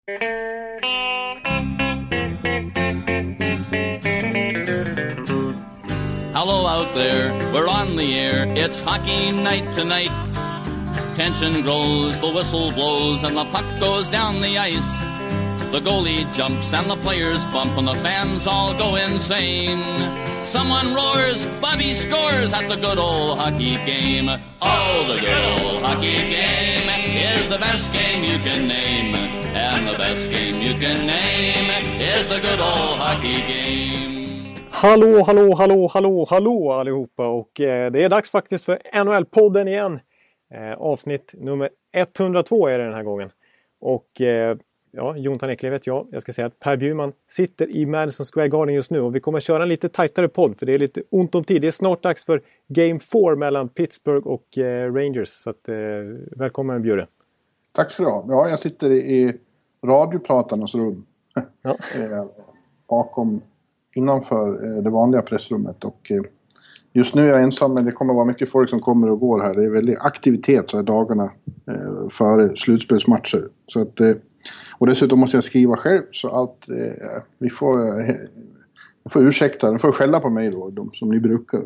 Hello out there, we're on the air, it's hockey night tonight. Tension grows, the whistle blows, and the puck goes down the ice. The goalie jumps and the players bump and the fans all go insane. Someone roars, Bobby scores at the good old hockey game. Oh, the good old hockey game is the best game you can name. And the best game you can name is the good old hockey game. Hallå allihopa, och det är dags faktiskt för NHL-podden igen. Avsnitt nummer 102 är det den här gången. Och Jonathan Ekliv vet jag ska säga att Per Bjurman sitter i Madison Square Garden just nu. Och vi kommer köra en lite tajtare podd, för det är lite ont om tid. Det är snart dags för Game 4 mellan Pittsburgh och Rangers. Så att, välkommen Bjure. Tack ska du ha. Ja, jag sitter i radiopratarnas rum. Ja. Innanför det vanliga pressrummet, och just nu är jag ensam, men det kommer vara mycket folk som kommer och går här. Det är väldigt aktivitet så här dagarna före slutspelsmatcher. Så att, och dessutom måste jag skriva själv, så att vi får ursäkta, ni får skälla på mig då, de som ni brukar.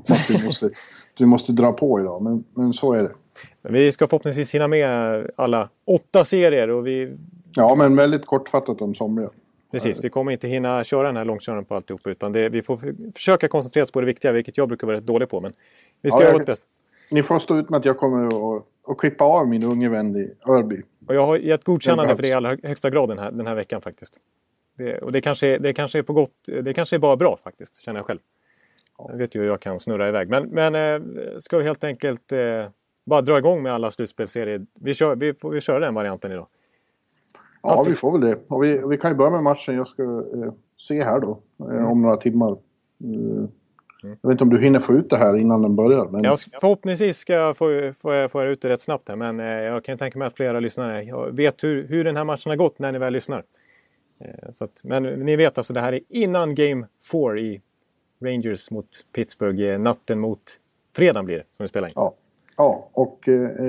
Vi måste dra på idag, men så är det. Vi ska förhoppningsvis hinna med alla 8 serier. Och Ja, men väldigt kortfattat om somliga. Precis, vi kommer inte hinna köra den här långkörningen på alltihop, utan vi får försöka koncentrera oss på det viktiga, vilket jag brukar vara rätt dålig på, men vi ska göra vårt bästa. Ni får stå ut med att jag kommer att klippa av min unge vän i Örby. Och jag har gett godkännande för det i allra högsta grad den här veckan faktiskt. Det kanske är på gott, det kanske är bara bra faktiskt, känner jag själv. Jag vet ju hur jag kan snurra iväg, men ska vi helt enkelt bara dra igång med alla slutspelserier. Vi kör den varianten idag. Ja, vi får väl det. Och vi kan ju börja med matchen. Jag ska se här då om några timmar. Jag vet inte om du hinner få ut det här innan den börjar. Men... Förhoppningsvis ska jag få ut det rätt snabbt här. Men jag kan tänka mig att flera lyssnare jag vet hur den här matchen har gått när ni väl lyssnar. Men ni vet alltså, det här är innan Game 4 i Rangers mot Pittsburgh. Natten mot fredagen blir det som vi spelar in. Ja, och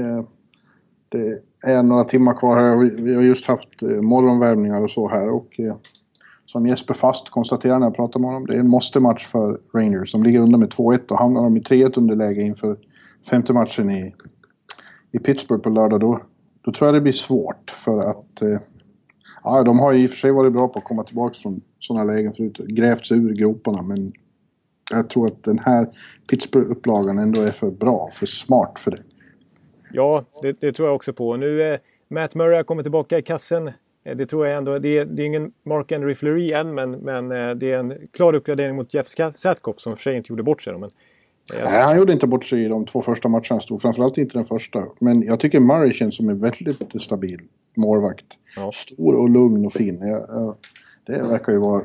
det är några timmar kvar här. Vi har just haft morgonvärmningar och så här. Och som Jesper Fast konstaterar när jag pratar med honom, det är en måste-match för Rangers. De ligger under med 2-1 och hamnar de i 3-1 underläge inför 5:e matchen i Pittsburgh på lördag. Då tror jag det blir svårt, för att de har i och för sig varit bra på att komma tillbaka från sådana lägen förut. Grävt sig ur groparna, men jag tror att den här Pittsburgh-upplagan ändå är för bra, för smart för det. Ja, det tror jag också på. Nu Matt Murray har kommit tillbaka i kassen. Det tror jag ändå. Det är ingen Marc-Andre Fleury än, men det är en klar uppgradering mot Jeff Satkov, som för sig inte gjorde bort sig. Nej, han gjorde inte bort sig i de 2 första matcherna. Framförallt inte den första. Men jag tycker Murray känns som en väldigt stabil målvakt. Ja. Stor och lugn och fin. Det verkar ju vara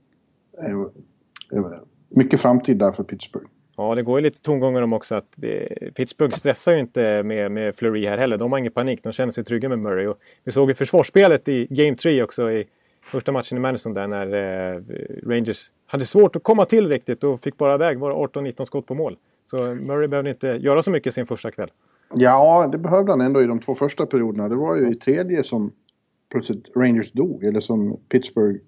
mycket framtid där för Pittsburgh. Ja, det går ju lite tongångar om också att Pittsburgh stressar ju inte med Fleury här heller. De har ingen panik, de känner sig trygga med Murray. Och vi såg ju försvarsspelet i Game 3 också i första matchen i Madison där, när Rangers hade svårt att komma till riktigt och fick bara iväg 18-19 skott på mål. Så Murray behövde inte göra så mycket sin första kväll. Ja, det behövde han ändå i de 2 första perioderna. Det var ju i tredje som plötsligt Rangers dog, eller som Pittsburgh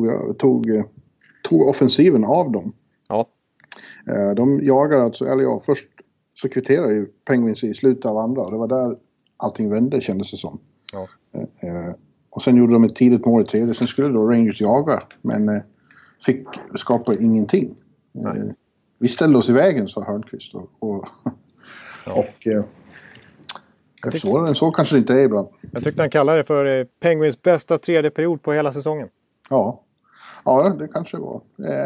tog offensiven av dem. Ja. De jagar alltså, först så kvitterar ju Penguins i slutet av andra, och det var där allting vände, kändes det som. Ja. Och sen gjorde de ett tidigt mål i tredje, sen skulle då Rangers jaga, men fick skapa ingenting. Vi ställde oss i vägen, sa Hörnqvist, och så kanske det inte är ibland. Jag tyckte han kallade det för Penguins bästa tredje period på hela säsongen. Ja, det kanske var.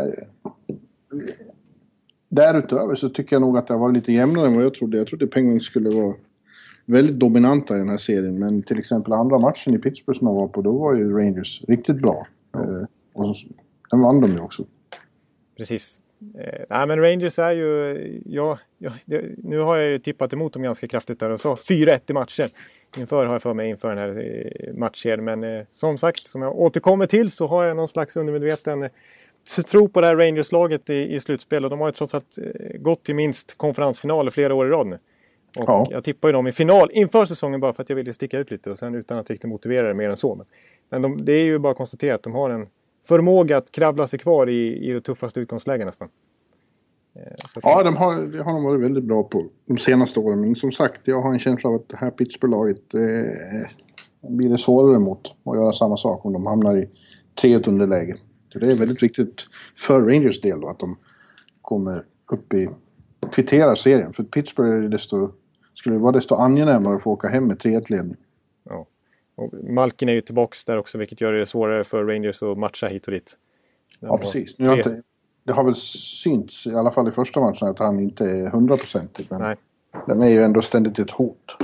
Därutöver så tycker jag nog att det var lite jämnare än vad jag trodde. Jag trodde Penguins skulle vara väldigt dominanta i den här serien. Men till exempel andra matchen i Pittsburgh som jag var på, då var ju Rangers riktigt bra. Och den vann de ju också. Precis. Nej, men Rangers är ju... nu har jag ju tippat emot dem ganska kraftigt där och så 4-1 i matchen. Har jag för mig inför den här matchen. Men som sagt, som jag återkommer till, så har jag någon slags undermedveten tro på det här Rangers-laget i slutspel. Och de har ju trots allt gått till minst konferensfinal flera år i rad nu. Och jag tippade ju dem i final inför säsongen bara för att jag ville sticka ut lite och sen utan att riktigt motivera det mer än så. Men det är ju bara att konstatera att de har en förmåga att kravla sig kvar i det tuffaste utgångsläget nästan. Ja, det har de varit väldigt bra på de senaste åren. Men som sagt, jag har en känsla av att det här Pittsburgh-laget blir det svårare mot att göra samma sak om de hamnar i 3-1 underläge. Så det är väldigt viktigt för Rangers del då, att de kommer upp i kvitterar serien. För Pittsburgh skulle det vara desto angenämare att få åka hem med 3-1-ledning. Ja. Och Malkin är ju tillbaka där också, vilket gör det svårare för Rangers att matcha hit och dit. Ja, precis. Det har väl synts, i alla fall i första matchen, att han inte är 100%. Men nej. Den är ju ändå ständigt ett hot.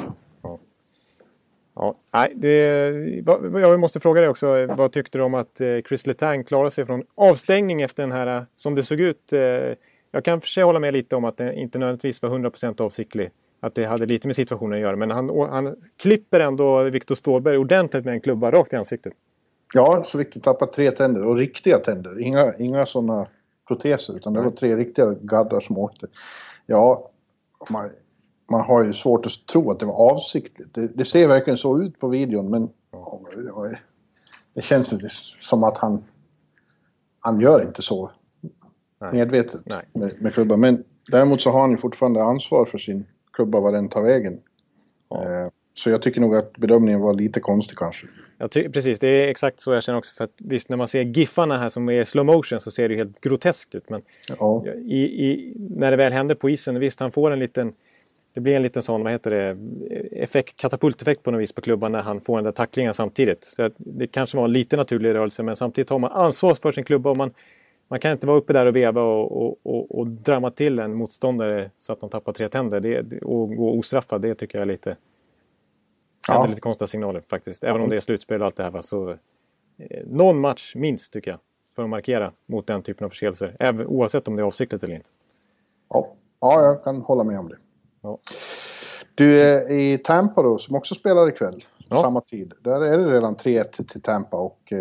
Ja, nej, jag måste fråga dig också, vad tyckte du om att Chris Letang klarade sig från avstängning efter den här, som det såg ut. Jag kan för sig hålla med lite om att det inte nödvändigtvis var 100% avsiktlig. Att det hade lite med situationen att göra. Men han klipper ändå Viktor Ståhlberg ordentligt med en klubba rakt i ansiktet. Ja, så Viktor tappade 3 tänder. Och riktiga tänder. Inga sådana proteser. Utan det var 3 riktiga gaddar som åkte. Ja, man har ju svårt att tro att det var avsiktligt. Det ser verkligen så ut på videon. Men det känns inte som att han gör inte så medvetet med klubban. Men däremot så har han ju fortfarande ansvar för sin klubba vad den tar vägen. Ja. Så jag tycker nog att bedömningen var lite konstig kanske. Precis, det är exakt så jag känner också. För att visst, när man ser giffarna här som är slow motion så ser det helt groteskt ut. Men när det väl händer på isen, visst han får det blir en liten sån, katapulteffekt på något vis på klubban när han får den där tacklingen samtidigt. Så det kanske var en lite naturlig rörelse, men samtidigt har man ansvar för sin klubba och man kan inte vara uppe där och veva och dramma till en motståndare så att man tappar 3 tänder och gå ostraffad. Det tycker jag är lite sätter lite konstiga signaler faktiskt. Även om det är slutspel och allt det här. Så någon match minst tycker jag för att markera mot den typen av förseelser. Oavsett om det är avsiktligt eller inte. Ja, jag kan hålla med om det. Ja. Du är i Tampa då, som också spelar ikväll. Samma tid. Där är det redan 3-1 till Tampa och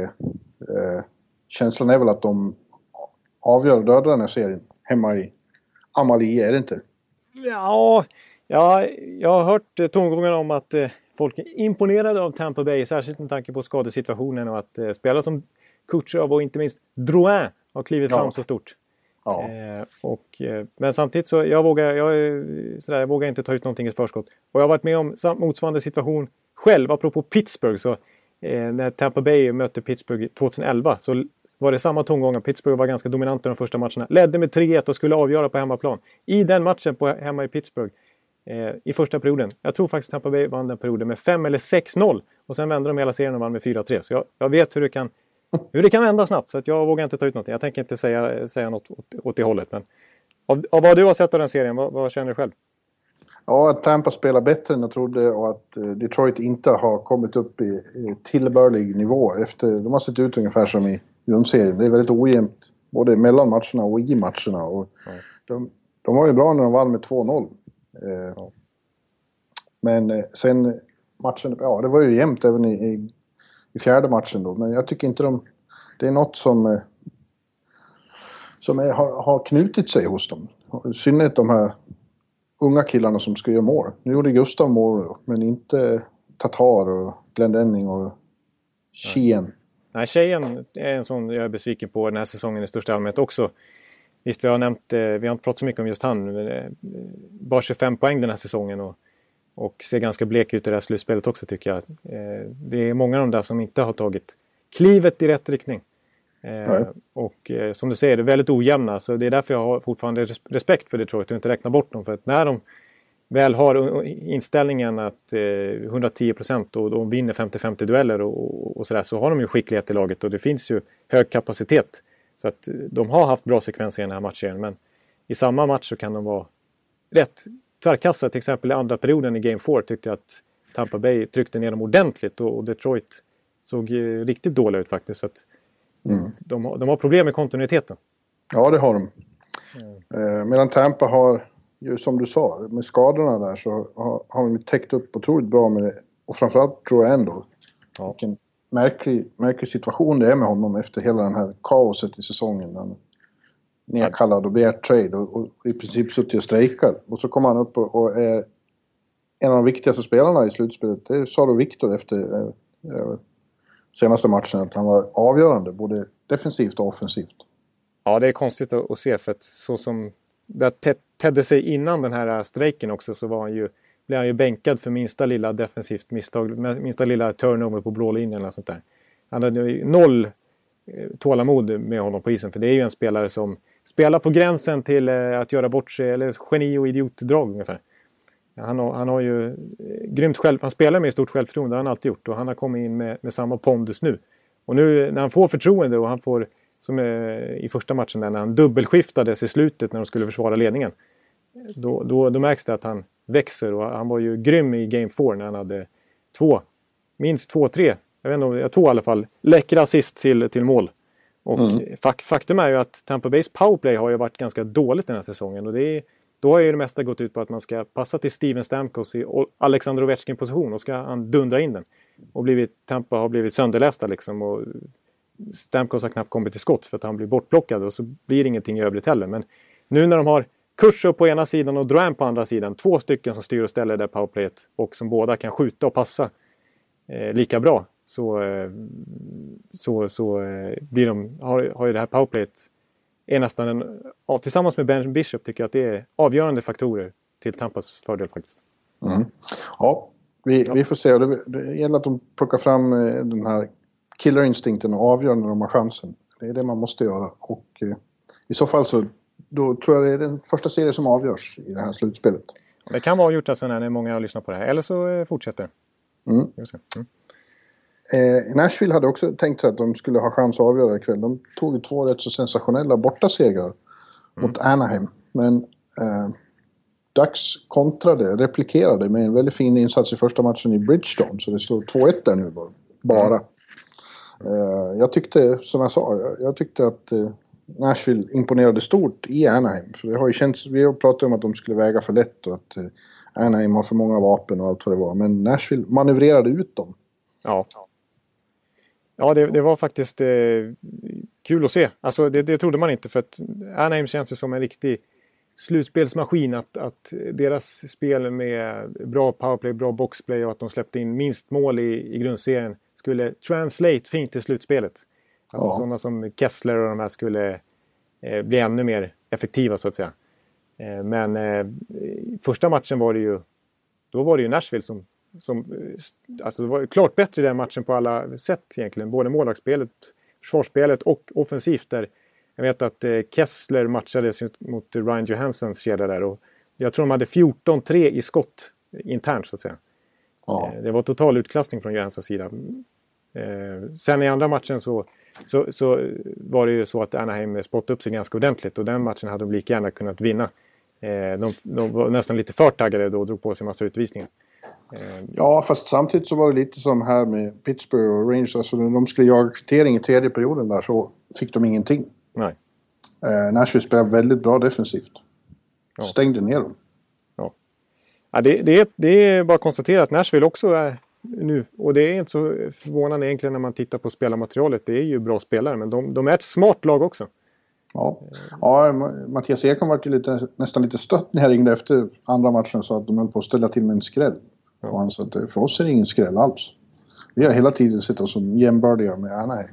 känslan är väl att de avgör döda den här serien hemma i Amalie, är det inte? Ja, jag har hört tongångar om att folk är imponerade av Tampa Bay, särskilt med tanke på skadesituationen och att spela som Kucherov och inte minst Drouin har klivit fram så stort. Ja. Men samtidigt så jag vågar inte ta ut någonting i förskott. Och jag har varit med om motsvarande situation själv, apropå Pittsburgh. Så, när Tampa Bay mötte Pittsburgh 2011 så var det samma tongångar. Pittsburgh var ganska dominanta de första matcherna. Ledde med 3-1 och skulle avgöra på hemmaplan. I den matchen hemma i Pittsburgh i första perioden. Jag tror faktiskt Tampa Bay vann den perioden med 5 eller 6-0. Och sen vände de hela serien och vann med 4-3. Så jag vet hur det kan vända snabbt. Så att jag vågar inte ta ut någonting. Jag tänker inte säga något åt det hållet. Men av vad du har sett av den serien, vad känner du själv? Ja, att Tampa spelar bättre än jag trodde och att Detroit inte har kommit upp i tillbörlig nivå. De har sett ut ungefär som i grundserien. Det är väldigt ojämnt både mellan matcherna och i matcherna. Och de var ju bra när de vann med 2-0. Men sen matchen, det var ju jämnt även i fjärde matchen då. Men jag tycker inte det är något som har knutit sig hos dem. I synnerhet de här unga killarna som ska göra mål. Nu gjorde Gustav mål, men inte Tatar och Glendening och Sheehan. Nej, Sheehan är en sån jag är besviken på den här säsongen i största allmänhet också. Visst, vi har inte pratat så mycket om just han. Bara 25 poäng den här säsongen och ser ganska blek ut i det här slutspelet också tycker jag. Det är många av de där som inte har tagit klivet i rätt riktning. Och som du säger, det är väldigt ojämna. Så det är därför jag har fortfarande respekt för Detroit och inte räknar bort dem. För att när de väl har inställningen att 110% och de vinner 50-50 dueller och sådär, så har de ju skicklighet i laget och det finns ju hög kapacitet. Så att de har haft bra sekvenser i den här matchen. Men i samma match så kan de vara rätt tvärkassa. Till exempel i andra perioden i Game 4 tyckte jag att Tampa Bay tryckte ner dem ordentligt och Detroit såg riktigt dåliga ut faktiskt. Så att de har problem med kontinuiteten. Ja, det har de. Medan Tampa har, ju som du sa, med skadorna där så har de täckt upp otroligt bra med det. Och framförallt tror jag ändå vilken märklig situation det är med honom efter hela den här kaoset i säsongen. Han nedkallad och begärt trade och i princip suttit och strejkar. Och så kommer han upp och är en av de viktigaste spelarna i slutspelet. Det sa då Victor efter senaste matchen, att han var avgörande både defensivt och offensivt. Ja, det är konstigt att se, för att så som det tedde sig innan den här strejken också, så blev han ju bänkad för minsta lilla defensivt misstag, minsta lilla turnover på blå linjen eller sånt där. Han hade ju noll tålamod med honom på isen, för det är ju en spelare som spelar på gränsen till att göra bort sig, eller geni och idiotdrag ungefär. Han har ju grymt han spelar med stort självförtroende, det har han alltid gjort, och han har kommit in med samma pondus nu. Och nu när han får förtroende och han får, som i första matchen där, när han dubbelskiftades i slutet när de skulle försvara ledningen, då märks det att han växer, och han var ju grym i Game 4 när han hade minst 2-3, jag vet inte, 2 i alla fall, läckra assist till mål. Och faktum är ju att Tampa Bays powerplay har ju varit ganska dåligt den här säsongen, och då har ju det mesta gått ut på att man ska passa till Steven Stamkos i Alexander Ovechkin-position, och ska han dundra in den. Och Tampa har blivit sönderlästa liksom, och Stamkos har knappt kommit till skott för att han blir bortplockad, och så blir det ingenting i övrigt heller. Men nu när de har Kurser på ena sidan och Drouin på andra sidan, 2 stycken som styr och ställer det powerplayet, och som båda kan skjuta och passa lika bra, så blir har ju det här powerplayet är nästan tillsammans med Ben Bishop, tycker jag att det är avgörande faktorer till Tampas fördel faktiskt. Ja, vi får se. Det gäller att de plockar fram den här killerinstinkten och avgör när de har chansen. Det är det man måste göra, och i så fall så då tror jag det är den första serien som avgörs i det här slutspelet. Det kan vara avgjort alltså när många har lyssnat på det här, eller så fortsätter. Nashville hade också tänkt sig att de skulle ha chans att avgöra ikväll. De tog 2 rätt så sensationella bortasegrar mot Anaheim. Men Ducks replikerade med en väldigt fin insats i första matchen i Bridgestone. Så det står 2-1 där nu bara. Jag tyckte, som jag sa, att Nashville imponerade stort i Anaheim. För det har ju känts, vi har pratat om att de skulle väga för lätt och att Anaheim har för många vapen och allt vad det var. Men Nashville manövrerade ut dem. Ja, det var faktiskt kul att se. Alltså det trodde man inte, för att Anaheim känns ju som en riktig slutspelsmaskin. Att deras spel med bra powerplay, bra boxplay och att de släppte in minst mål i grundserien skulle translate fint till slutspelet. Alltså sådana som Kessler och de här skulle bli ännu mer effektiva så att säga. Men första matchen var det ju Nashville som alltså det var klart bättre i den matchen på alla sätt egentligen. Både målvaktsspelet, försvarsspelet och offensivt där. Jag vet att Kessler matchades mot Ryan Johanssons kedja där, och jag tror de hade 14-3 i skott internt så att säga. Det var total utklassning från Johanssons sida. Sen i andra matchen så var det ju så att Anaheim spottade upp sig ganska ordentligt, och den matchen hade de lika gärna kunnat vinna. De var nästan lite för taggade då och drog på sig en massa utvisningar. Ja, fast samtidigt så var det lite som här med Pittsburgh och Rangers. Alltså när de skulle jaga kvittering i tredje perioden där så fick de ingenting. Nej. Nashville spelade väldigt bra defensivt. Stängde ner dem. Ja, det är bara att konstatera att Nashville också är nu, och det är inte så förvånande egentligen när man tittar på spelarmaterialet. Det är ju bra spelare, men de är ett smart lag också. Ja, Mattias Ekholm var ju nästan lite stött när jag ringde efter andra matchen, så att de höll på att ställa till med en skräll. Och han sa att för oss är det ingen skräll alls. Vi har hela tiden sett oss som jämbördiga med Anaheim.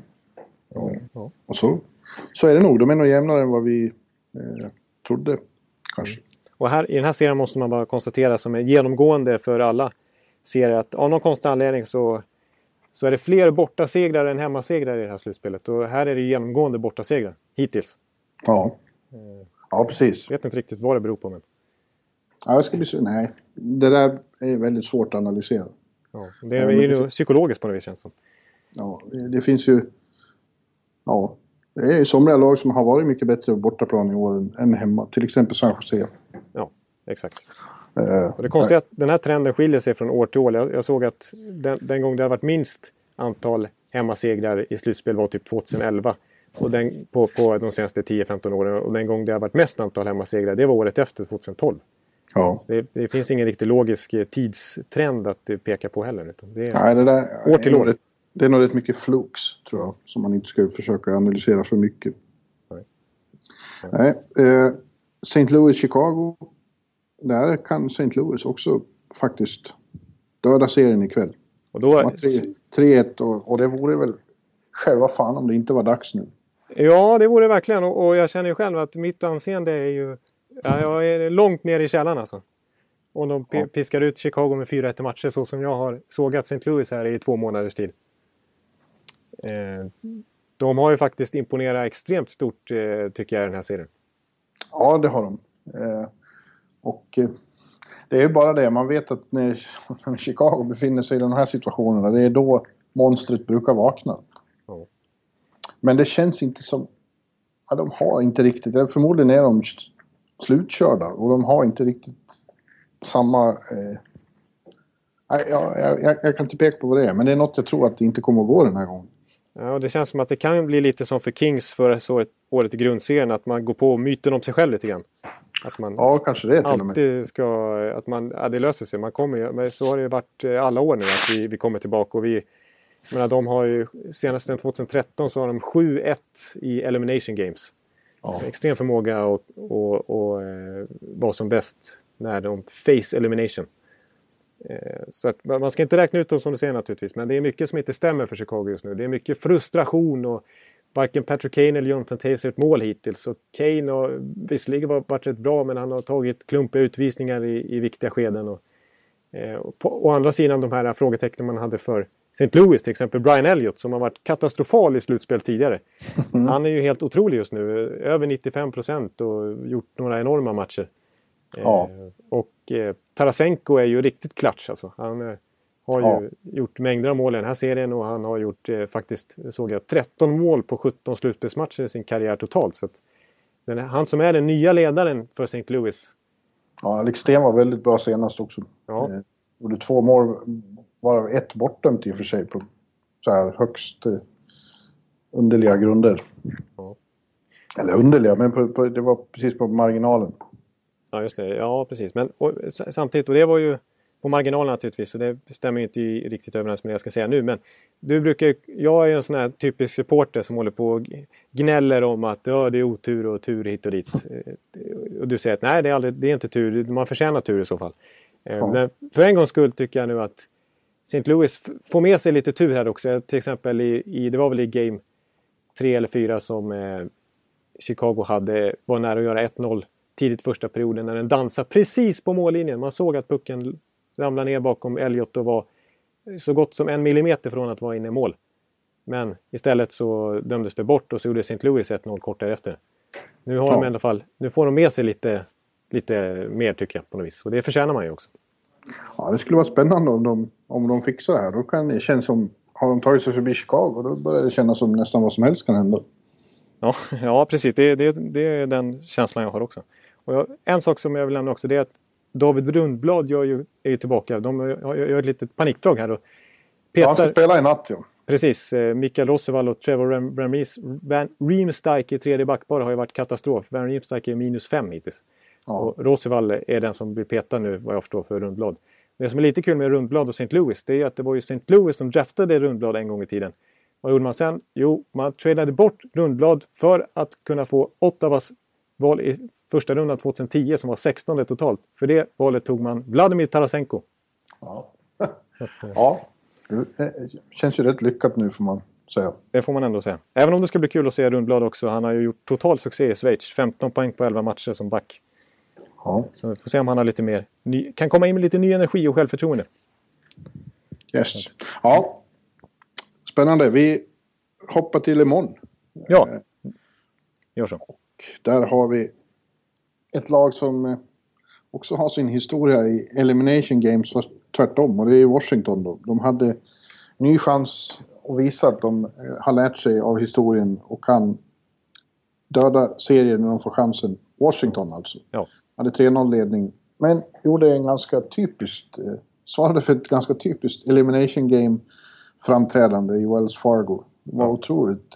Och så är det nog. De är nog jämnare än vad vi trodde kanske. Och här, i den här serien måste man bara konstatera, som är genomgående för alla serier, att av någon konstig anledning så är det fler bortasegrar än hemmasegrar i det här slutspelet. Och här är det genomgående bortasegrar hittills. Ja, precis. Jag vet inte riktigt vad det beror på. Men... Ja, nej. Det där är väldigt svårt att analysera. Ja, det är ju psykologiskt på något vis, känns som. Ja, det finns ju... Ja, det är ju somliga lag som har varit mycket bättre på bortaplan i år än hemma. Till exempel San Jose. Ja, exakt. Och det konstiga är att den här trenden skiljer sig från år till år. Jag såg att den gång det har varit minst antal hemmasegrar i slutspel var typ 2011. Och på de senaste 10-15 åren. Och den gång det har varit mest antal hemmasegrar, det var året efter 2012. Ja. Det finns ingen riktigt logisk tidstrend att peka på heller. Utan det är nej, det där år till år. Det är nog rätt mycket flux, tror jag. Som man inte ska försöka analysera för mycket. Nej. St. Louis, Chicago. Där kan St. Louis också faktiskt döda serien ikväll. Och då 3-1 och det vore väl själva fan om det inte var dags nu. Ja, det vore verkligen. Och jag känner ju själv att mitt anseende är ju... Ja, jag är långt ner i källan alltså. Om de piskar ut Chicago med 4-1 matcher så som jag har sågat St. Louis här i 2 månaders tid. De har ju faktiskt imponerat extremt stort tycker jag i den här serien. Ja, det har de. Det är ju bara det. Man vet att när Chicago befinner sig i de här situationerna, det är då monstret brukar vakna. Ja. Men det känns inte som... Ja, de har inte riktigt... Förmodligen är de slutkörda och de har inte riktigt samma... Jag kan inte peka på vad det är, men det är något jag tror att det inte kommer att gå den här gången. Ja, det känns som att det kan bli lite som för Kings förra året i grundserien, att man går på myten om sig själv lite grann. Att man kanske det till och med. Alltid ska... Att man, det löser sig. Man kommer, men så har det varit alla år nu att vi kommer tillbaka. Och de har ju senast sedan 2013 så har de 7-1 i elimination games. Ja. Extrem förmåga och vara som bäst när de face elimination. Så att man ska inte räkna ut dem som du säger naturligtvis. Men det är mycket som inte stämmer för Chicago just nu. Det är mycket frustration och varken Patrick Kane eller Jonathan Toews har ett mål hittills. Och Kane har visserligen varit rätt bra, men han har tagit klumpiga utvisningar i viktiga skeden. Och å andra sidan de här frågetecknen man hade för St. Louis till exempel, Brian Elliott som har varit katastrofal i slutspel tidigare. Mm. Han är ju helt otrolig just nu. Över 95% och gjort några enorma matcher. Ja. Tarasenko är ju riktigt klatsch alltså. Han har ju gjort mängder av mål i den här serien och han har gjort faktiskt, såg jag, 13 mål på 17 slutspelsmatcher i sin karriär totalt. Så att han som är den nya ledaren för St. Louis. Ja, Alex Sten var väldigt bra senast också. Ja. Gjorde 2 mål, varav 1 bortdömt i och för sig på så här högst underliga grunder. Ja. Eller underliga, men det var precis på marginalen. Ja, just det. Ja, precis. Men samtidigt, och det var ju på marginalen naturligtvis, så det stämmer ju inte riktigt överens med det jag ska säga nu. Men jag är ju en sån här typisk supporter som håller på och gnäller om att det är otur och tur hit och dit. Och du säger att nej, det är inte tur, man förtjänar tur i så fall. Ja. Men för en gångs skull tycker jag nu att St. Louis får med sig lite tur här också. Till exempel det var väl i game 3 eller 4 som Chicago var nära att göra 1-0 tidigt första perioden när den dansade precis på mållinjen. Man såg att pucken ramlade ner bakom Elliott och var så gott som 1 millimeter från att vara inne i mål. Men istället så dömdes det bort och så gjorde St. Louis 1-0 kort därefter. Nu har de i alla fall, nu får de med sig lite mer tycker jag på något vis. Och det förtjänar man ju också. Ja, det skulle vara spännande om de fixar det här. Då kan det kännas som, har de tagit sig förbi Chicago, då börjar det kännas som nästan vad som helst kan hända. Ja precis. Det är den känslan jag har också. Och en sak som jag vill nämna också, det är att David Rundblad är ju tillbaka. De gör ett litet panikdrag här. Han ska spela i natt, ja. Precis. Mikael Roosevelt och Trevor Van Riemsdyk i tredje backpar har ju varit katastrof. Van Riemsdyk är -5 hittills. Ja. Och Roosevelt är den som blir petad nu, vad jag förstår, för Rundblad. Det som är lite kul med Rundblad och St. Louis, det är att det var ju St. Louis som draftade Rundblad en gång i tiden. Vad gjorde man sen? Jo, man tradade bort Rundblad för att kunna få Ottawas val i första rundan 2010 som var 16 totalt. För det valet tog man Vladimir Tarasenko. Ja. Ja, det känns ju rätt lyckat nu får man säga. Det får man ändå säga. Även om det ska bli kul att se Rundblad också. Han har ju gjort total succé i Schweiz. 15 poäng på 11 matcher som back. Ja. Så vi får se om han har lite mer kan komma in med lite ny energi och självförtroende. Yes. Ja. Spännande. Vi hoppar till imorgon. Ja. Gör så. Och där har vi ett lag som också har sin historia i Elimination Games, fast tvärtom. Och det är Washington då. De hade ny chans att visa att de har lärt sig av historien och kan döda serien när de får chansen. Washington alltså. Ja. Hade 3-0 ledning. Men gjorde svarade för ett ganska typiskt Elimination Game framträdande i Wells Fargo. Det var otroligt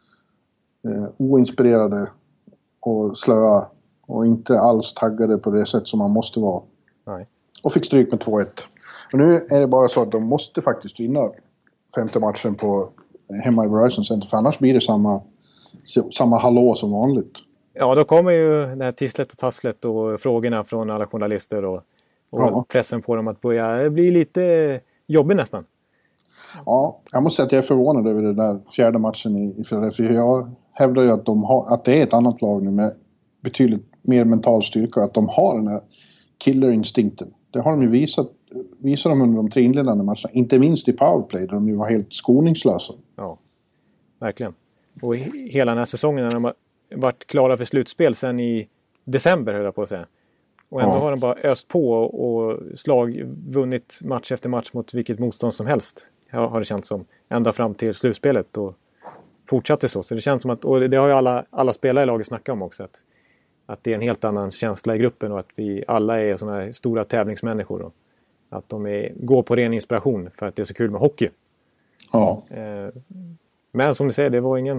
oinspirerade och slöa och inte alls taggade på det sätt som man måste vara. Nej. Och fick stryk med 2-1. Och nu är det bara så att de måste faktiskt vinna 5:e matchen på hemma i Verizon Center, för annars blir det samma hallå som vanligt. Ja, då kommer ju det här tisslet och tasslet och frågorna från alla journalister och Och pressen på dem att börja bli lite jobbig nästan. Ja, jag måste säga att jag är förvånad över den där fjärde matchen i Philadelphia. Jag hävdar ju att det är ett annat lag nu med betydligt mer mental styrka. Att de har den här killerinstinkten. Det har de ju visat de under de 3 inledande matcherna. Inte minst i powerplay där de ju var helt skoningslösa. Ja, verkligen. Och hela den här säsongen när de har varit klara för slutspel sen i december, höll jag på att säga. Och ändå har de bara öst på och vunnit match efter match mot vilket motstånd som helst. Har det känts som. Ända fram till slutspelet och fortsatte så. Så det känns som att, och det har ju alla spelare i laget snackat om också. Att det är en helt annan känsla i gruppen och att vi alla är såna här stora tävlingsmänniskor. Och att de går på ren inspiration för att det är så kul med hockey. Ja. Men som du säger,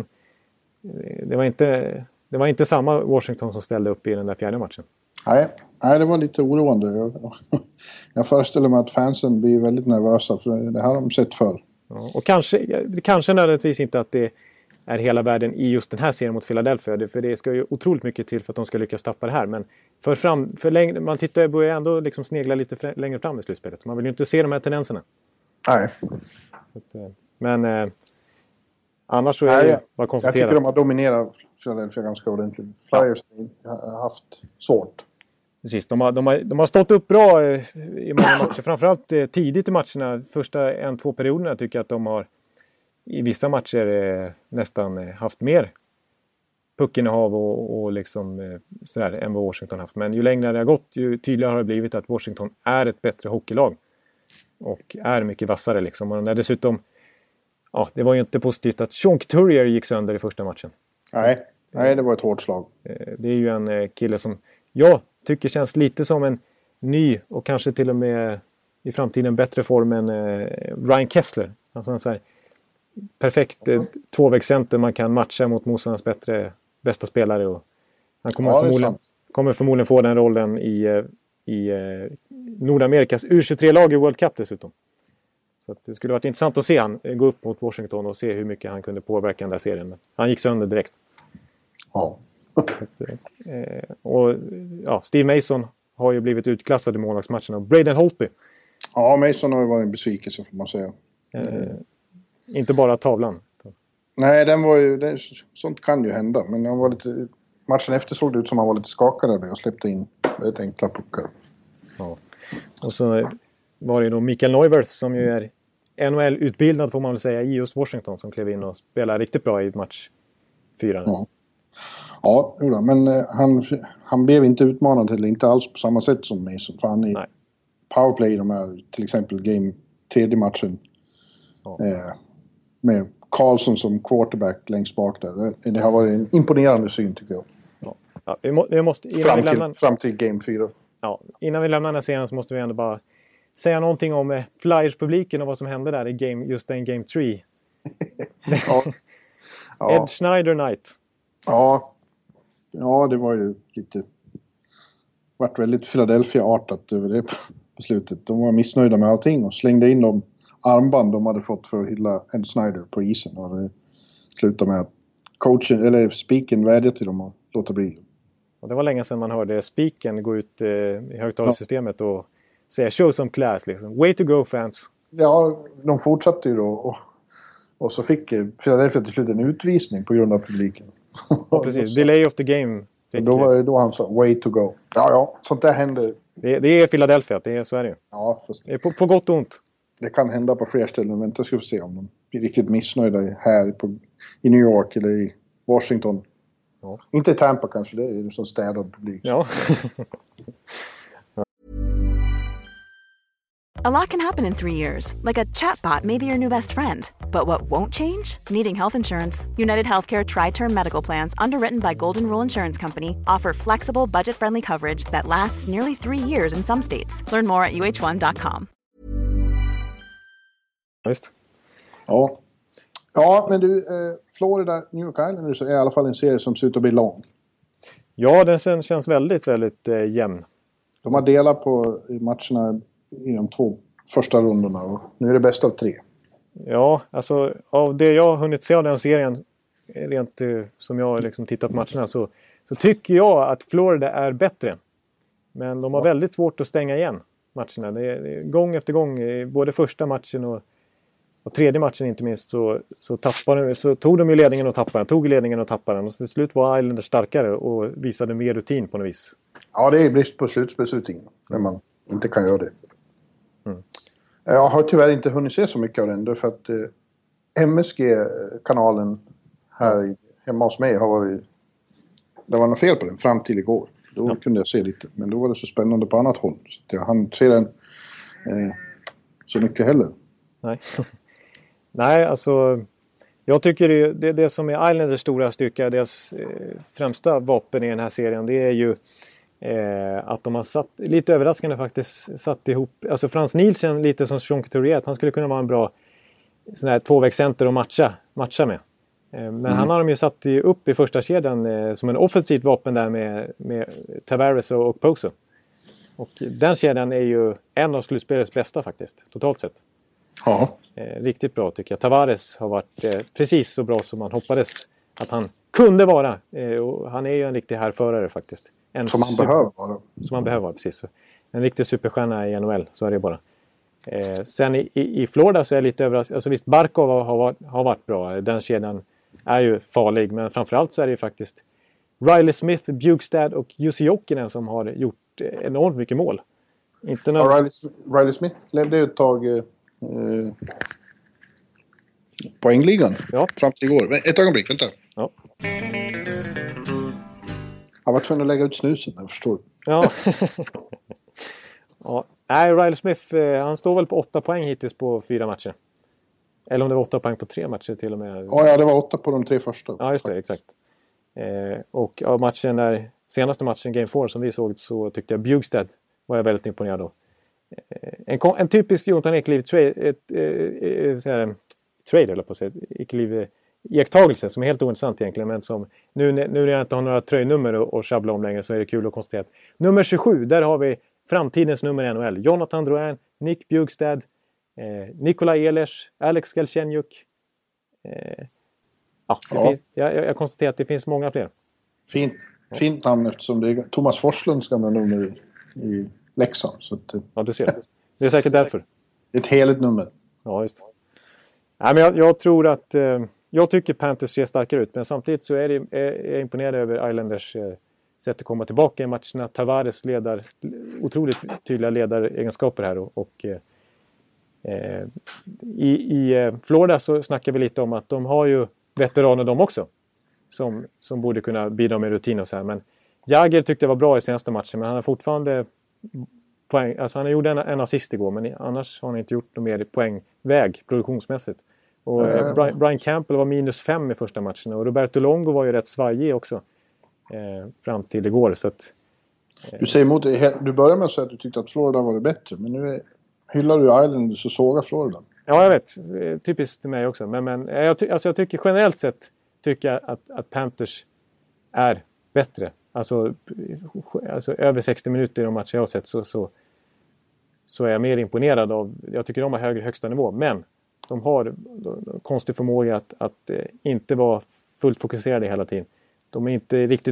det var inte samma Washington som ställde upp i den där fjärde matchen. Nej, det var lite oroande. Jag föreställer mig att fansen blir väldigt nervösa för det här har de sett förr. Ja, och kanske nödvändigtvis inte att det är hela världen i just den här serien mot Philadelphia. För det ska ju otroligt mycket till för att de ska lyckas tappa det här. Men för längre, man börjar ändå liksom snegla lite längre fram i slutspelet. Man vill ju inte se de här tendenserna. Nej. Så att, men annars så är det bara konstaterat. Jag tycker de har dominerat Philadelphia ganska ordentligt. Flyers har haft svårt. Precis, de har stått upp bra i många matcher. Framförallt tidigt i matcherna. Första 1-2 perioderna tycker jag att de har i vissa matcher nästan haft mer puckinnehav och liksom sådär än vad Washington haft. Men ju längre det har gått, ju tydligare har det blivit att Washington är ett bättre hockeylag. Och är mycket vassare liksom. Och dessutom, det var ju inte positivt att Sean Couturier gick sönder i första matchen. Nej, det var ett hårt slag. Det är ju en kille som jag tycker känns lite som en ny och kanske till och med i framtiden bättre form än Ryan Kessler. Alltså en så här perfekt tvåvägscenter man kan matcha mot motståndarnas bästa spelare. Och han kommer förmodligen få den rollen i Nordamerikas U23-lag i World Cup dessutom. Så att det skulle varit intressant att se han gå upp mot Washington och se hur mycket han kunde påverka den där serien. Men han gick sönder direkt. Ja. Och Steve Mason har ju blivit utklassad i målvaktsmatchen av Braden Holtby. Ja, Mason har ju varit en besvikelse får man säga. Inte bara tavlan. Nej, sånt kan ju hända. Men han var matchen efter såg det ut som han var lite skakad där och släppte in ett enkla puckar. Ja. Och så var det då Mikael Neuwirth som ju är NHL-utbildad får man väl säga i just Washington som klev in och spelade riktigt bra i match 4. Ja, men han blev inte utmanad eller inte alls på samma sätt som Mason. För han i powerplay de här, till exempel tredje matchen med Karlsson som quarterback längst bak där. Det har varit en imponerande syn tycker jag. Ja, vi måste fram till game 4. Ja, innan vi lämnar den här serien så måste vi ändå bara säga någonting om Flyers-publiken och vad som hände där i just den game 3. Ed Schneider Night. Ja, det var ju lite vart väldigt Philadelphia-artat över det beslutet. De var missnöjda med allting och slängde in de armband de hade fått för att hylla Ed Schneider på isen. Och det slutade med att coachen, eller speaken vädjade till dem att låta bli. Och det var länge sedan man hörde speaken gå ut i högtalarsystemet och säga show some class liksom. Way to go fans. Ja, de fortsatte ju då och så fick Philadelphia till slut en utvisning på grund av publiken. Ja, precis. Delay of the game. Då var det då han sa way to go. Ja, sånt där händer. Det är Philadelphia, det är Sverige. Ja, det är på gott och ont. Det kan hända på fler ställen. Vänta ska vi se om de blir riktigt missnöjda här i New York eller i Washington. Ja. Inte i Tampa kanske, det är som städad publik. Ja. A lot can happen in 3 years, like a chatbot may be your new best friend. But what won't change? Needing health insurance. United Healthcare Tri-Term Medical Plans, underwritten by Golden Rule Insurance Company, offer flexible, budget-friendly coverage that lasts nearly 3 years in some states. Learn more at uh1.com. Just. Ja, men du, Florida, New York Islanders är i alla fall en serie som ser ut att bli lång. Ja, den känns väldigt, väldigt jämn. De har delat på matcherna i de 2 första rundorna och nu är det bäst av 3. Ja, alltså av det jag har hunnit se av den serien rent som jag liksom tittat på matcherna så tycker jag att Florida är bättre. Men de har väldigt svårt att stänga igen. matcherna. Det är gång efter gång, både första matchen och tredje matchen inte minst, så tog de ju ledningen och tappade den. Tog ledningen och tappade den. Och till slut var Islanders starkare och visade mer rutin på något vis. Ja, det är brist på slutspelsrutin när man inte kan göra det. Jag har tyvärr inte hunnit se så mycket av den. För att MSG-kanalen här hemma hos mig har varit... Det var något fel på den fram till igår. Då kunde jag se lite. Men då var det så spännande på annat håll. Så jag hann se den så mycket heller. Nej. Nej, alltså... Jag tycker det som är Islanders stora styrka, deras främsta vapen i den här serien, det är ju att de har satt, lite överraskande faktiskt, satt ihop... Alltså Frans Nielsen lite som Sean Couturier, han skulle kunna vara en bra sån här tvåvägscenter att matcha med. Men han har de ju satt upp i första kedjan som en offensivt vapen där med Tavares och Poso. Och den kedjan är ju en av slutspelets bästa faktiskt, totalt sett. Ja. Riktigt bra tycker jag. Tavares har varit precis så bra som man hoppades att han kunde vara. Och han är ju en riktig härförare faktiskt. Som han behöver vara. Som han behöver vara, precis. En riktig superstjärna i NHL, så är det bara. Sen i Florida så är jag lite överraskad. Alltså visst, Barkov har varit bra. Den kedjan är ju farlig. Men framförallt så är det ju faktiskt Riley Smith, Bjugstad och Jussi Jokinen som har gjort enormt mycket mål. Inte någon... Ja, Riley Smith levde ju ett tag poängligan fram till igår. Ett ögonblick, vänta. Ja. Jag var tvungen att lägga ut snusen, jag förstår. Ja. Ja. Nej, Riley Smith, han står väl på 8 poäng hittills på 4 matcher. Eller om det var 8 poäng på 3 matcher till och med. Ja, det var 8 på de 3 första. Ja, just det, exakt. Och av matchen där, senaste matchen, Game 4 som vi såg, så tyckte jag Bjugstad var jag väldigt imponerad av. En typisk Jonathan Ekeliv trade, eller på sig, Ekeliv iakttagelse som är helt ointressant egentligen, men som nu när jag inte har några tröjnummer att sjabbla om längre, så är det kul att konstatera. Nummer 27, där har vi framtidens nummer i NHL. Jonathan Drouin, Nick Bjugstad, Nikolaj Ehlers, Alex Galchenyuk. Finns, jag konstaterar att det finns många fler. Fint namn, eftersom det är Thomas Forslunds gamla nummer i Leksand. Så att, ja, du ser. Det är säkert därför. Ett heligt nummer. Ja, just. Nej, men jag tror att... jag tycker Panthers ser starkare ut. Men samtidigt så är jag imponerad över Islanders sätt att komma tillbaka i matcherna. Tavares ledar otroligt tydliga ledaregenskaper här. I Florida så snackar vi lite om att de har ju veteraner de också. Som borde kunna bidra med rutin och så här. Men Jagr tyckte jag var bra i senaste matchen. Men han har fortfarande poäng. Alltså han gjorde en assist igår. Men annars har han inte gjort något mer poängväg produktionsmässigt. Och Brian Campbell var -5 i första matchen. Och Roberto Longo var ju rätt svajig också. Fram till igår. Så att, du säger emot det. Du börjar med att säga att du tyckte att Florida var det bättre. Men nu hyllar du Islanders och sågar Florida. Ja, jag vet. Typiskt till mig också. Men jag tycker generellt sett att Panthers är bättre. Alltså över 60 minuter i de matcher jag har sett så är jag mer imponerad av... Jag tycker de har högre högsta nivå. Men de har konstig förmåga att inte vara fullt fokuserade hela tiden. De är inte riktigt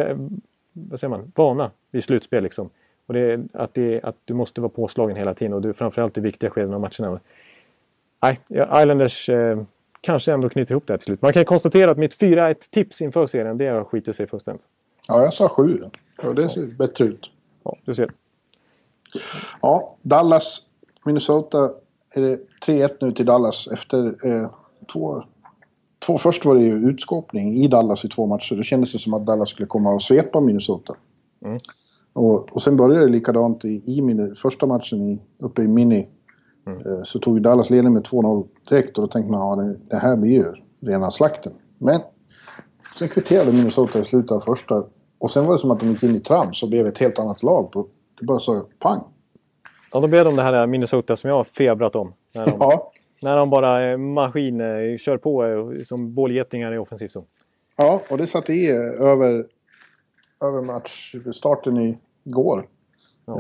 vana vid slutspel liksom. Och att du måste vara påslagen hela tiden. Och du framförallt i viktiga skeden av matcherna. Nej, Islanders kanske ändå knyter ihop det här till slut. Man kan konstatera att mitt 4-1-tips inför serien, det har skitit sig fullständigt. Ja, jag sa 7. Ja, det ser bättre ut. Ja, du ser. Ja, Dallas, Minnesota, är det 3-1 nu till Dallas efter två först var det ju utskåpning i Dallas i 2 matcher. Det kändes det som att Dallas skulle komma och svepa Minnesota. Mm. Och sen började det likadant i första matchen uppe i Mini. Så tog Dallas ledning med 2-0 direkt och då tänkte man det här blir ju rena slakten. Men sen kvitterade Minnesota i slutet av första och sen var det som att de gick in i trams och blev ett helt annat lag. Det bara så pang. Ja, då blev de det här Minnesota som jag har febrat om. När de bara kör på som bålgetingar i offensiv zon. Ja, och det satt i över matchstarten igår. Ja.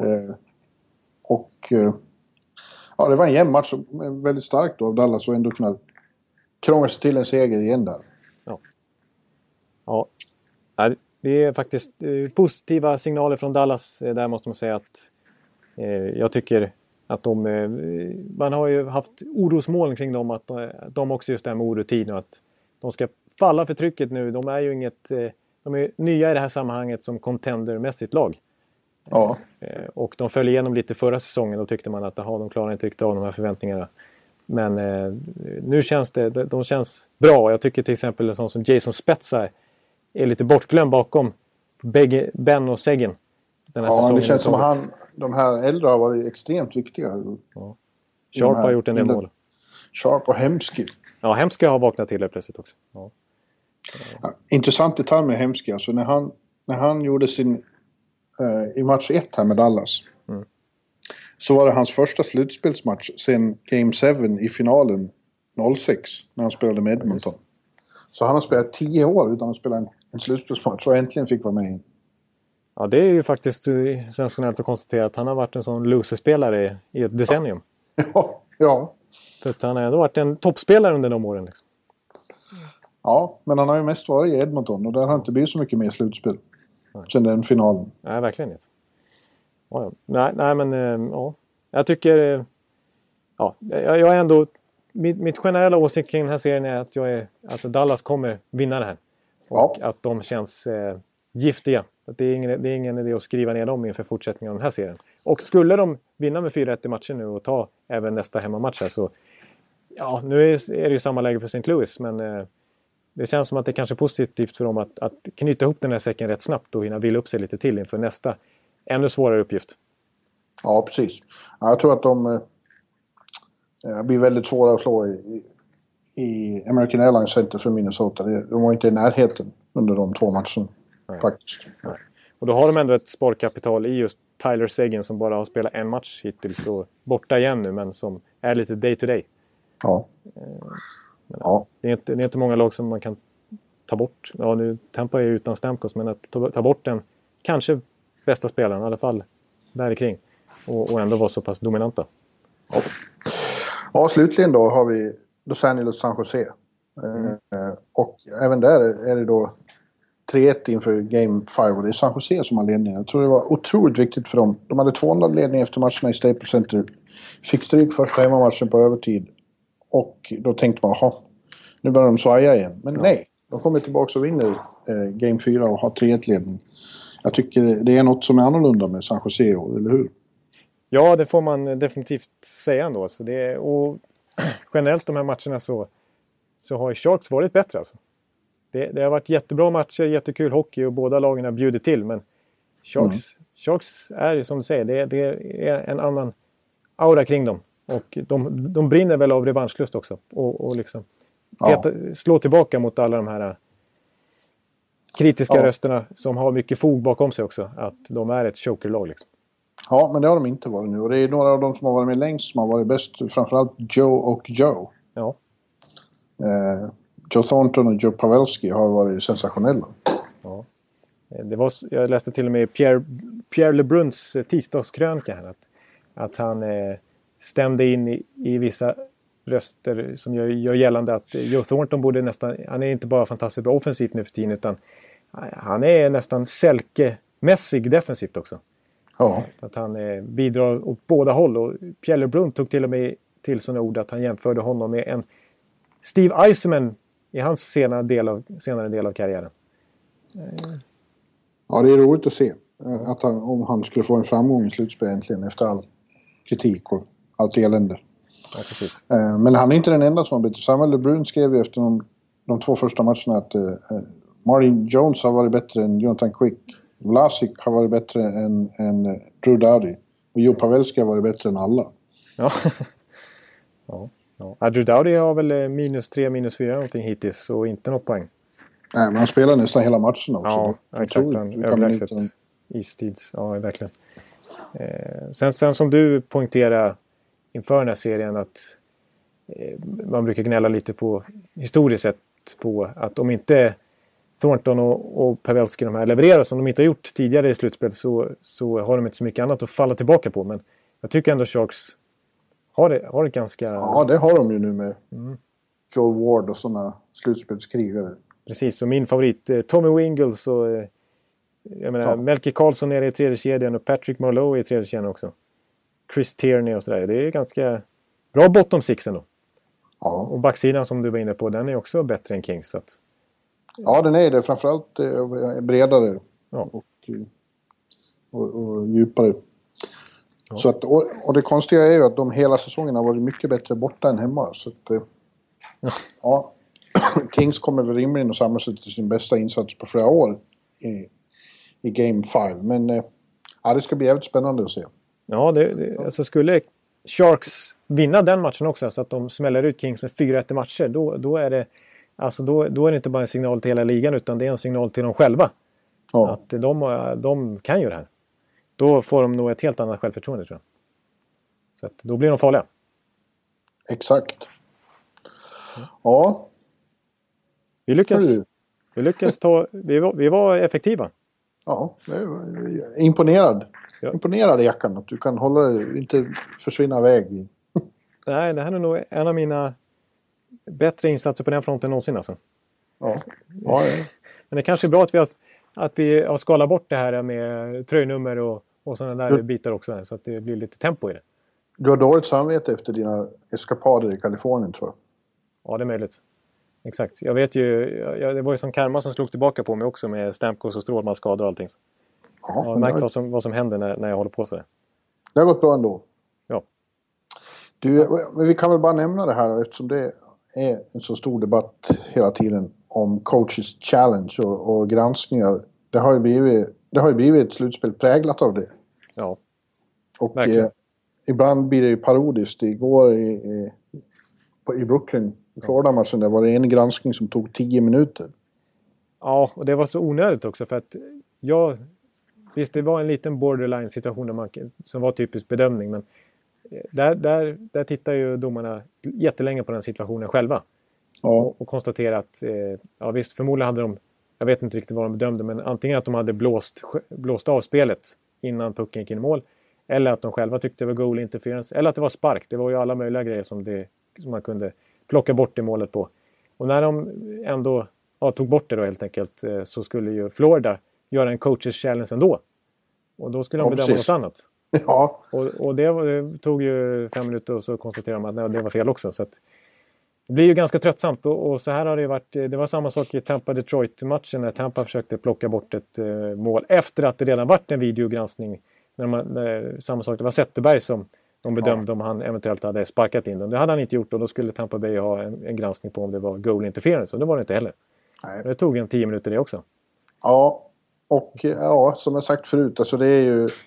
Det var en jämn match, väldigt starkt då av Dallas och ändå kunna krångla sig till en seger igen där. Ja. Det är faktiskt positiva signaler från Dallas. Där måste man säga att Jag tycker att man har ju haft orosmoln kring dem, att de också just det här med orutin och att de ska falla för trycket nu. De är ju de är nya i det här sammanhanget som contendermässigt lag. Ja. Och de föll igenom lite förra säsongen och tyckte man att de klarar inte riktigt av de här förväntningarna. Men nu känns de känns bra. Jag tycker till exempel en sån som Jason Spezza är lite bortglömd bakom bägge Ben och Seguin. Ja, det känns som de här äldre har varit extremt viktiga. Ja. Sharp har gjort en del mål. Sharp och Hemsky. Ja, Hemsky har vaknat till det plötsligt också. Ja. Ja, intressant detalj med Hemsky. Alltså när han gjorde sin i match 1 här med Dallas. Så var det hans första slutspelsmatch sen Game 7 i finalen 06 när han spelade med Edmonton. Så han har spelat 10 år utan att spela en slutspelsmatch och äntligen fick vara med. Ja, det är ju faktiskt sensationellt att konstatera att han har varit en sån loser-spelare i ett decennium. Ja. För att han har ändå varit en toppspelare under de åren. Liksom. Ja, men han har ju mest varit i Edmonton och där har inte blivit så mycket mer slutspel. Sen den finalen. Nej, verkligen inte. Ja. Nej, men ja. Jag tycker... Ja, jag är ändå... Mitt generella åsikt kring den här serien är att alltså Dallas kommer vinna det här. Och att de känns giftiga. Att det är ingen idé att skriva ner dem inför fortsättningen av den här serien. Och skulle de vinna med 4-1 i matchen nu och ta även nästa hemmamatch här så... Ja, nu är det ju samma läge för St. Louis, men... Det känns som att det kanske är positivt för dem att knyta ihop den här säcken rätt snabbt och hinna vila upp sig lite till inför nästa ännu svårare uppgift. Ja, precis. Ja, jag tror att de blir väldigt svåra att slå i American Airlines Center för Minnesota. De var inte i närheten under de 2 matcherna. Nej. Faktiskt. Nej. Och då har de ändå ett sparkapital i just Tyler Seguin som bara har spelat en match hittills och borta igen nu, men som är lite day to day. Ja. Ja. Det är inte många lag som man kan ta bort. Ja, nu Tampa är utan Stamkos, men att ta bort den kanske bästa spelaren, i alla fall där kring. Och ändå vara så pass dominanta. Ja, slutligen då har vi Los Angeles San Jose. Och även där är det då 3-1 inför Game 5 och det är San Jose som har ledningen. Jag tror det var otroligt viktigt för dem. De hade 2-0 ledning efter matcherna i Staples Center. Fick stryk första hemmamatchen på övertid. Och då tänkte man, nu börjar de svaja igen. Men nej, de kommer tillbaka och vinner Game 4 och har 3-1-ledning. Jag tycker det är något som är annorlunda med San Jose, eller hur? Ja, det får man definitivt säga ändå. Så och generellt de här matcherna så har Sharks varit bättre. Alltså. Det har varit jättebra matcher, jättekul hockey och båda lagen har bjudit till. Men Sharks är som du säger, det är en annan aura kring dem. Och de brinner väl av revanschlust också. Och liksom slå tillbaka mot alla de här kritiska rösterna som har mycket fog bakom sig också. Att de är ett chokerlag liksom. Ja, men det har de inte varit nu. Och det är några av dem som har varit med längst som har varit bäst. Framförallt Joe och Joe. Ja. Joe Thornton och Joe Pavelski har varit sensationella. Ja. Jag läste till och med Pierre LeBruns tisdagskrönika här. Att han stämde in i vissa röster som gör gällande att Joe Thornton borde nästan... Han är inte bara fantastiskt bra offensivt nu för tiden utan han är nästan Selke-mässig defensivt också. Ja. Att han bidrar åt båda håll. Och Pierre LeBrun tog till och med till sådana ord att han jämförde honom med en Steve Eisenman i hans senare del av karriären. Ja, det är roligt att se att om han skulle få en framgång i slutspel äntligen efter all kritik och allt elände. Ja, precis. Men han är inte den enda som har blivit. Samuel LeBrun skrev ju efter de 2 första matcherna att Martin Jones har varit bättre än Jonathan Quick. Vlasic har varit bättre än Drew Doughty. Och Joe Pavelski har varit bättre än alla. Ja. Ja. Drew Doughty har väl -3, -4 någonting hittills och inte något poäng. Nej, men han spelar nästan hela matchen också. Ja, exakt. Han överlägset istids. Ja, verkligen. Sen som du poängterar inför den här serien att man brukar gnälla lite på historiskt sett på att om inte Thornton och Pavelski de här levererar som de inte har gjort tidigare i slutspel så har de inte så mycket annat att falla tillbaka på. Men jag tycker ändå Sharks har det ganska... Ja, det har de ju nu med Joel Ward och sådana slutspelskrigare. Precis, och min favorit Tommy Wingles och jag menar, Melker Karlsson är i tredje kedjan och Patrick Marleau är i tredje kedjan också. Chris Tierney och sådär. Det är ganska bra bottom six ändå. Ja. Och backsidan som du var inne på, den är också bättre än Kings. Så att... Ja, den är det. Framförallt bredare ja. och djupare. Ja. Så att, och det konstiga är ju att de hela säsongen har varit mycket bättre borta än hemma. Så att, ja, Kings kommer väl rimligen att samla sig till sin bästa insats på flera år i Game 5. Men ja, det ska bli jävligt spännande att se. Ja, alltså skulle Sharks vinna den matchen också, så att de smäller ut Kings med 4-1 matcher, då är det alltså då är det inte bara en signal till hela ligan, utan det är en signal till dem själva. Ja. Att de kan ju det här. Då får de nog ett helt annat självförtroende, tror jag. Så att då blir de farliga. Exakt. Ja. Vi lyckas vi var effektiva. Ja, imponerad. Ja. Imponerad, Jackan, att du kan inte försvinna iväg. Nej, det här är nog en av mina bättre insatser på den fronten någonsin, alltså. Ja. Men det kanske är bra att vi har skalat bort det här med tröjnummer och sådana där bitar också här, så att det blir lite tempo i det. Du har dåligt samvete efter dina eskapader i Kalifornien, tror jag. Ja, det är möjligt. Exakt. Jag vet ju, det var ju som karma som slog tillbaka på mig också med Stamkos och Strålman-skador och allting. Ja, jag har märkt vad som händer när jag håller på så där. Det har gått bra ändå. Ja. Vi kan väl bara nämna det här, eftersom det är en så stor debatt hela tiden om coaches challenge och granskningar. Det har ju blivit ett slutspel präglat av det. Ja. Och ibland blir det ju parodiskt. Igår i Brooklyn, i Florida-matchen, där var det en granskning som tog 10 minuter. Ja, och det var så onödigt också, för att visst, det var en liten borderline-situation som var typisk bedömning, men där tittar ju domarna jättelänge på den situationen själva. Ja. Och konstaterar att, ja visst, förmodligen hade de, jag vet inte riktigt vad de bedömde, men antingen att de hade blåst av spelet innan pucken gick in i mål, eller att de själva tyckte det var goal interference, eller att det var spark. Det var ju alla möjliga grejer som man kunde plocka bort det målet på. Och när de ändå tog bort det då helt enkelt, så skulle ju Florida göra en coaches challenge ändå. Och då skulle de bedöma något annat. Ja. Och det tog ju 5 minuter, och så konstaterade de att det var fel också. Så att det blir ju ganska tröttsamt. Och så här har det varit. Det var samma sak i Tampa-Detroit-matchen, när Tampa försökte plocka bort ett mål efter att det redan varit en videogranskning. Samma sak, det var Zetterberg som de bedömde om han eventuellt hade sparkat in dem. Det hade han inte gjort, och då skulle Tampa Bay ha en granskning på om det var goal interference. Och det var det inte heller. Nej. Det tog en 10 minuter det också. Ja, och som jag sagt förut, alltså det är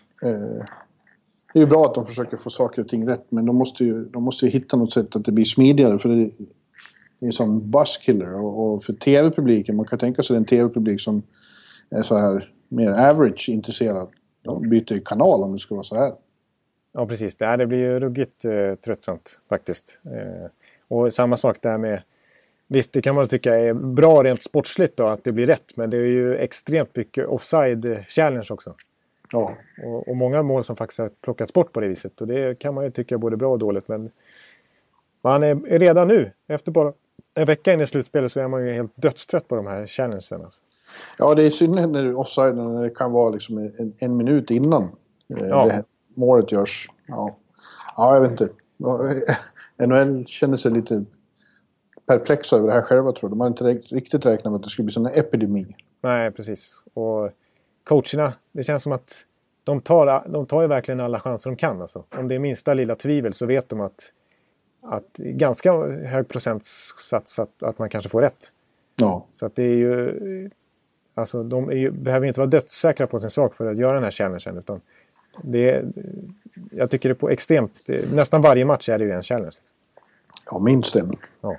ju bra att de försöker få saker och ting rätt, men de måste ju hitta något sätt att det blir smidigare, för det är en sån buzzkiller. Och för tv-publiken, man kan tänka sig en tv-publik som är så här mer average intresserad. De byter ju kanal om det ska vara så här. Ja, precis. Det blir ju ruggigt tröttsamt faktiskt. Och samma sak där med, visst, det kan man tycka är bra rent sportsligt då, att det blir rätt, men det är ju extremt mycket offside challenge också. Ja. Och många mål som faktiskt har plockats bort på det viset. Och det kan man ju tycka är både bra och dåligt. Men man är redan nu, efter bara en vecka in i slutspelet, så är man ju helt dödstrött på de här challengerna. Alltså. Ja, det är synd när offside, när det kan vara liksom en minut innan det målet görs. Ja, jag vet inte. NHL känner sig lite perplexa över det här själva, tror jag. De har inte riktigt räknat med att det skulle bli sån epidemi. Nej, precis. Och coacherna, det känns som att de tar ju verkligen alla chanser de kan. Alltså. Om det är minsta lilla tvivel, så vet de att ganska hög procentsats att man kanske får rätt. Ja. Så att det är ju, alltså behöver inte vara dödssäkra på sin sak för att göra den här challengen, utan jag tycker det är på extremt, nästan varje match är det ju en challenge. Ja, minst en. Ja.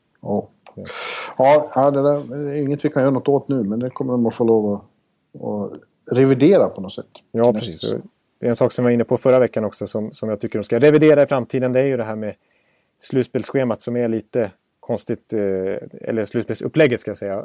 Ja, det där är inget vi kan göra något åt nu, men det kommer de att få lov att revidera på något sätt. Ja, precis. Det är en sak som jag var inne på förra veckan också, som jag tycker de ska revidera i framtiden. Det är ju det här med slutspelsschemat, som är lite konstigt, eller slutspelsupplägget ska jag säga,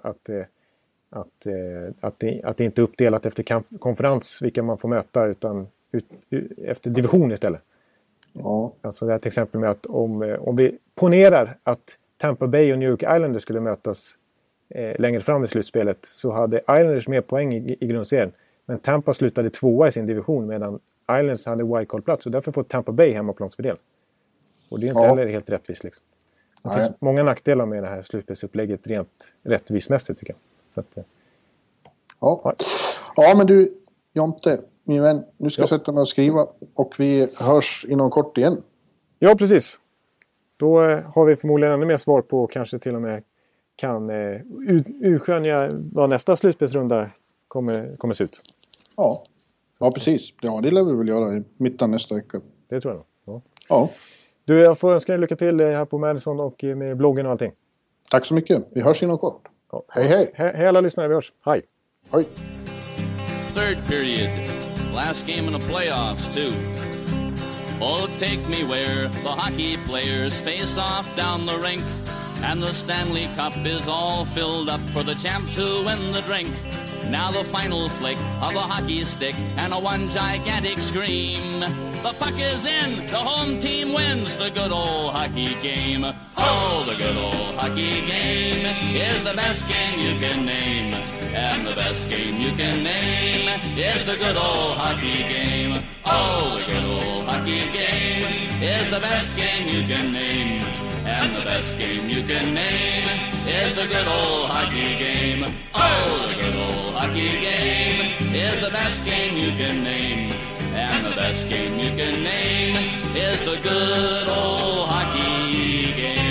att det inte är uppdelat efter konferens vilka man får möta, utan efter division istället. Ja. Alltså det här till exempel med att om vi ponerar att Tampa Bay och New York Islanders skulle mötas längre fram i slutspelet, så hade Islanders mer poäng i grundserien, Men Tampa slutade 2 i sin division medan Islanders hade wildcard-plats och därför får Tampa Bay hemmaplansfördel. Och det är inte heller helt rättvist liksom. Det finns många nackdelar med det här slutspelsupplägget rent rättvismässigt tycker jag. Så att, ja, men du Jonte, min vän, nu ska jag sätta mig och skriva och vi hörs inom kort igen. Ja, precis. Då har vi förmodligen ännu mer svar på och kanske till och med kan urskönja vad nästa slutspelsrunda kommer se ut. Ja, precis. Ja, det lär vi väl göra i mitten nästa vecka. Det tror jag nog. Ja. Du, jag får önska dig lycka till här på Madison och med bloggen och allting. Tack så mycket. Vi hörs inom kort. Ja. Hej. Hej alla lyssnare, vi hörs. Hej. Third period, last game in the playoffs too. Oh, take me where the hockey players face off down the rink, and the Stanley Cup is all filled up for the champs who win the drink. Now the final flick of a hockey stick and a one gigantic scream. The puck is in, the home team wins the good old hockey game. Oh, the good old hockey game is the best game you can name. And the best game you can name is the good old hockey game. Oh, the good old hockey game is the best game you can name. And the best game you can name is the good old hockey game. Oh, the good old hockey game is the best game you can name. And the best game you can name is the good old hockey game.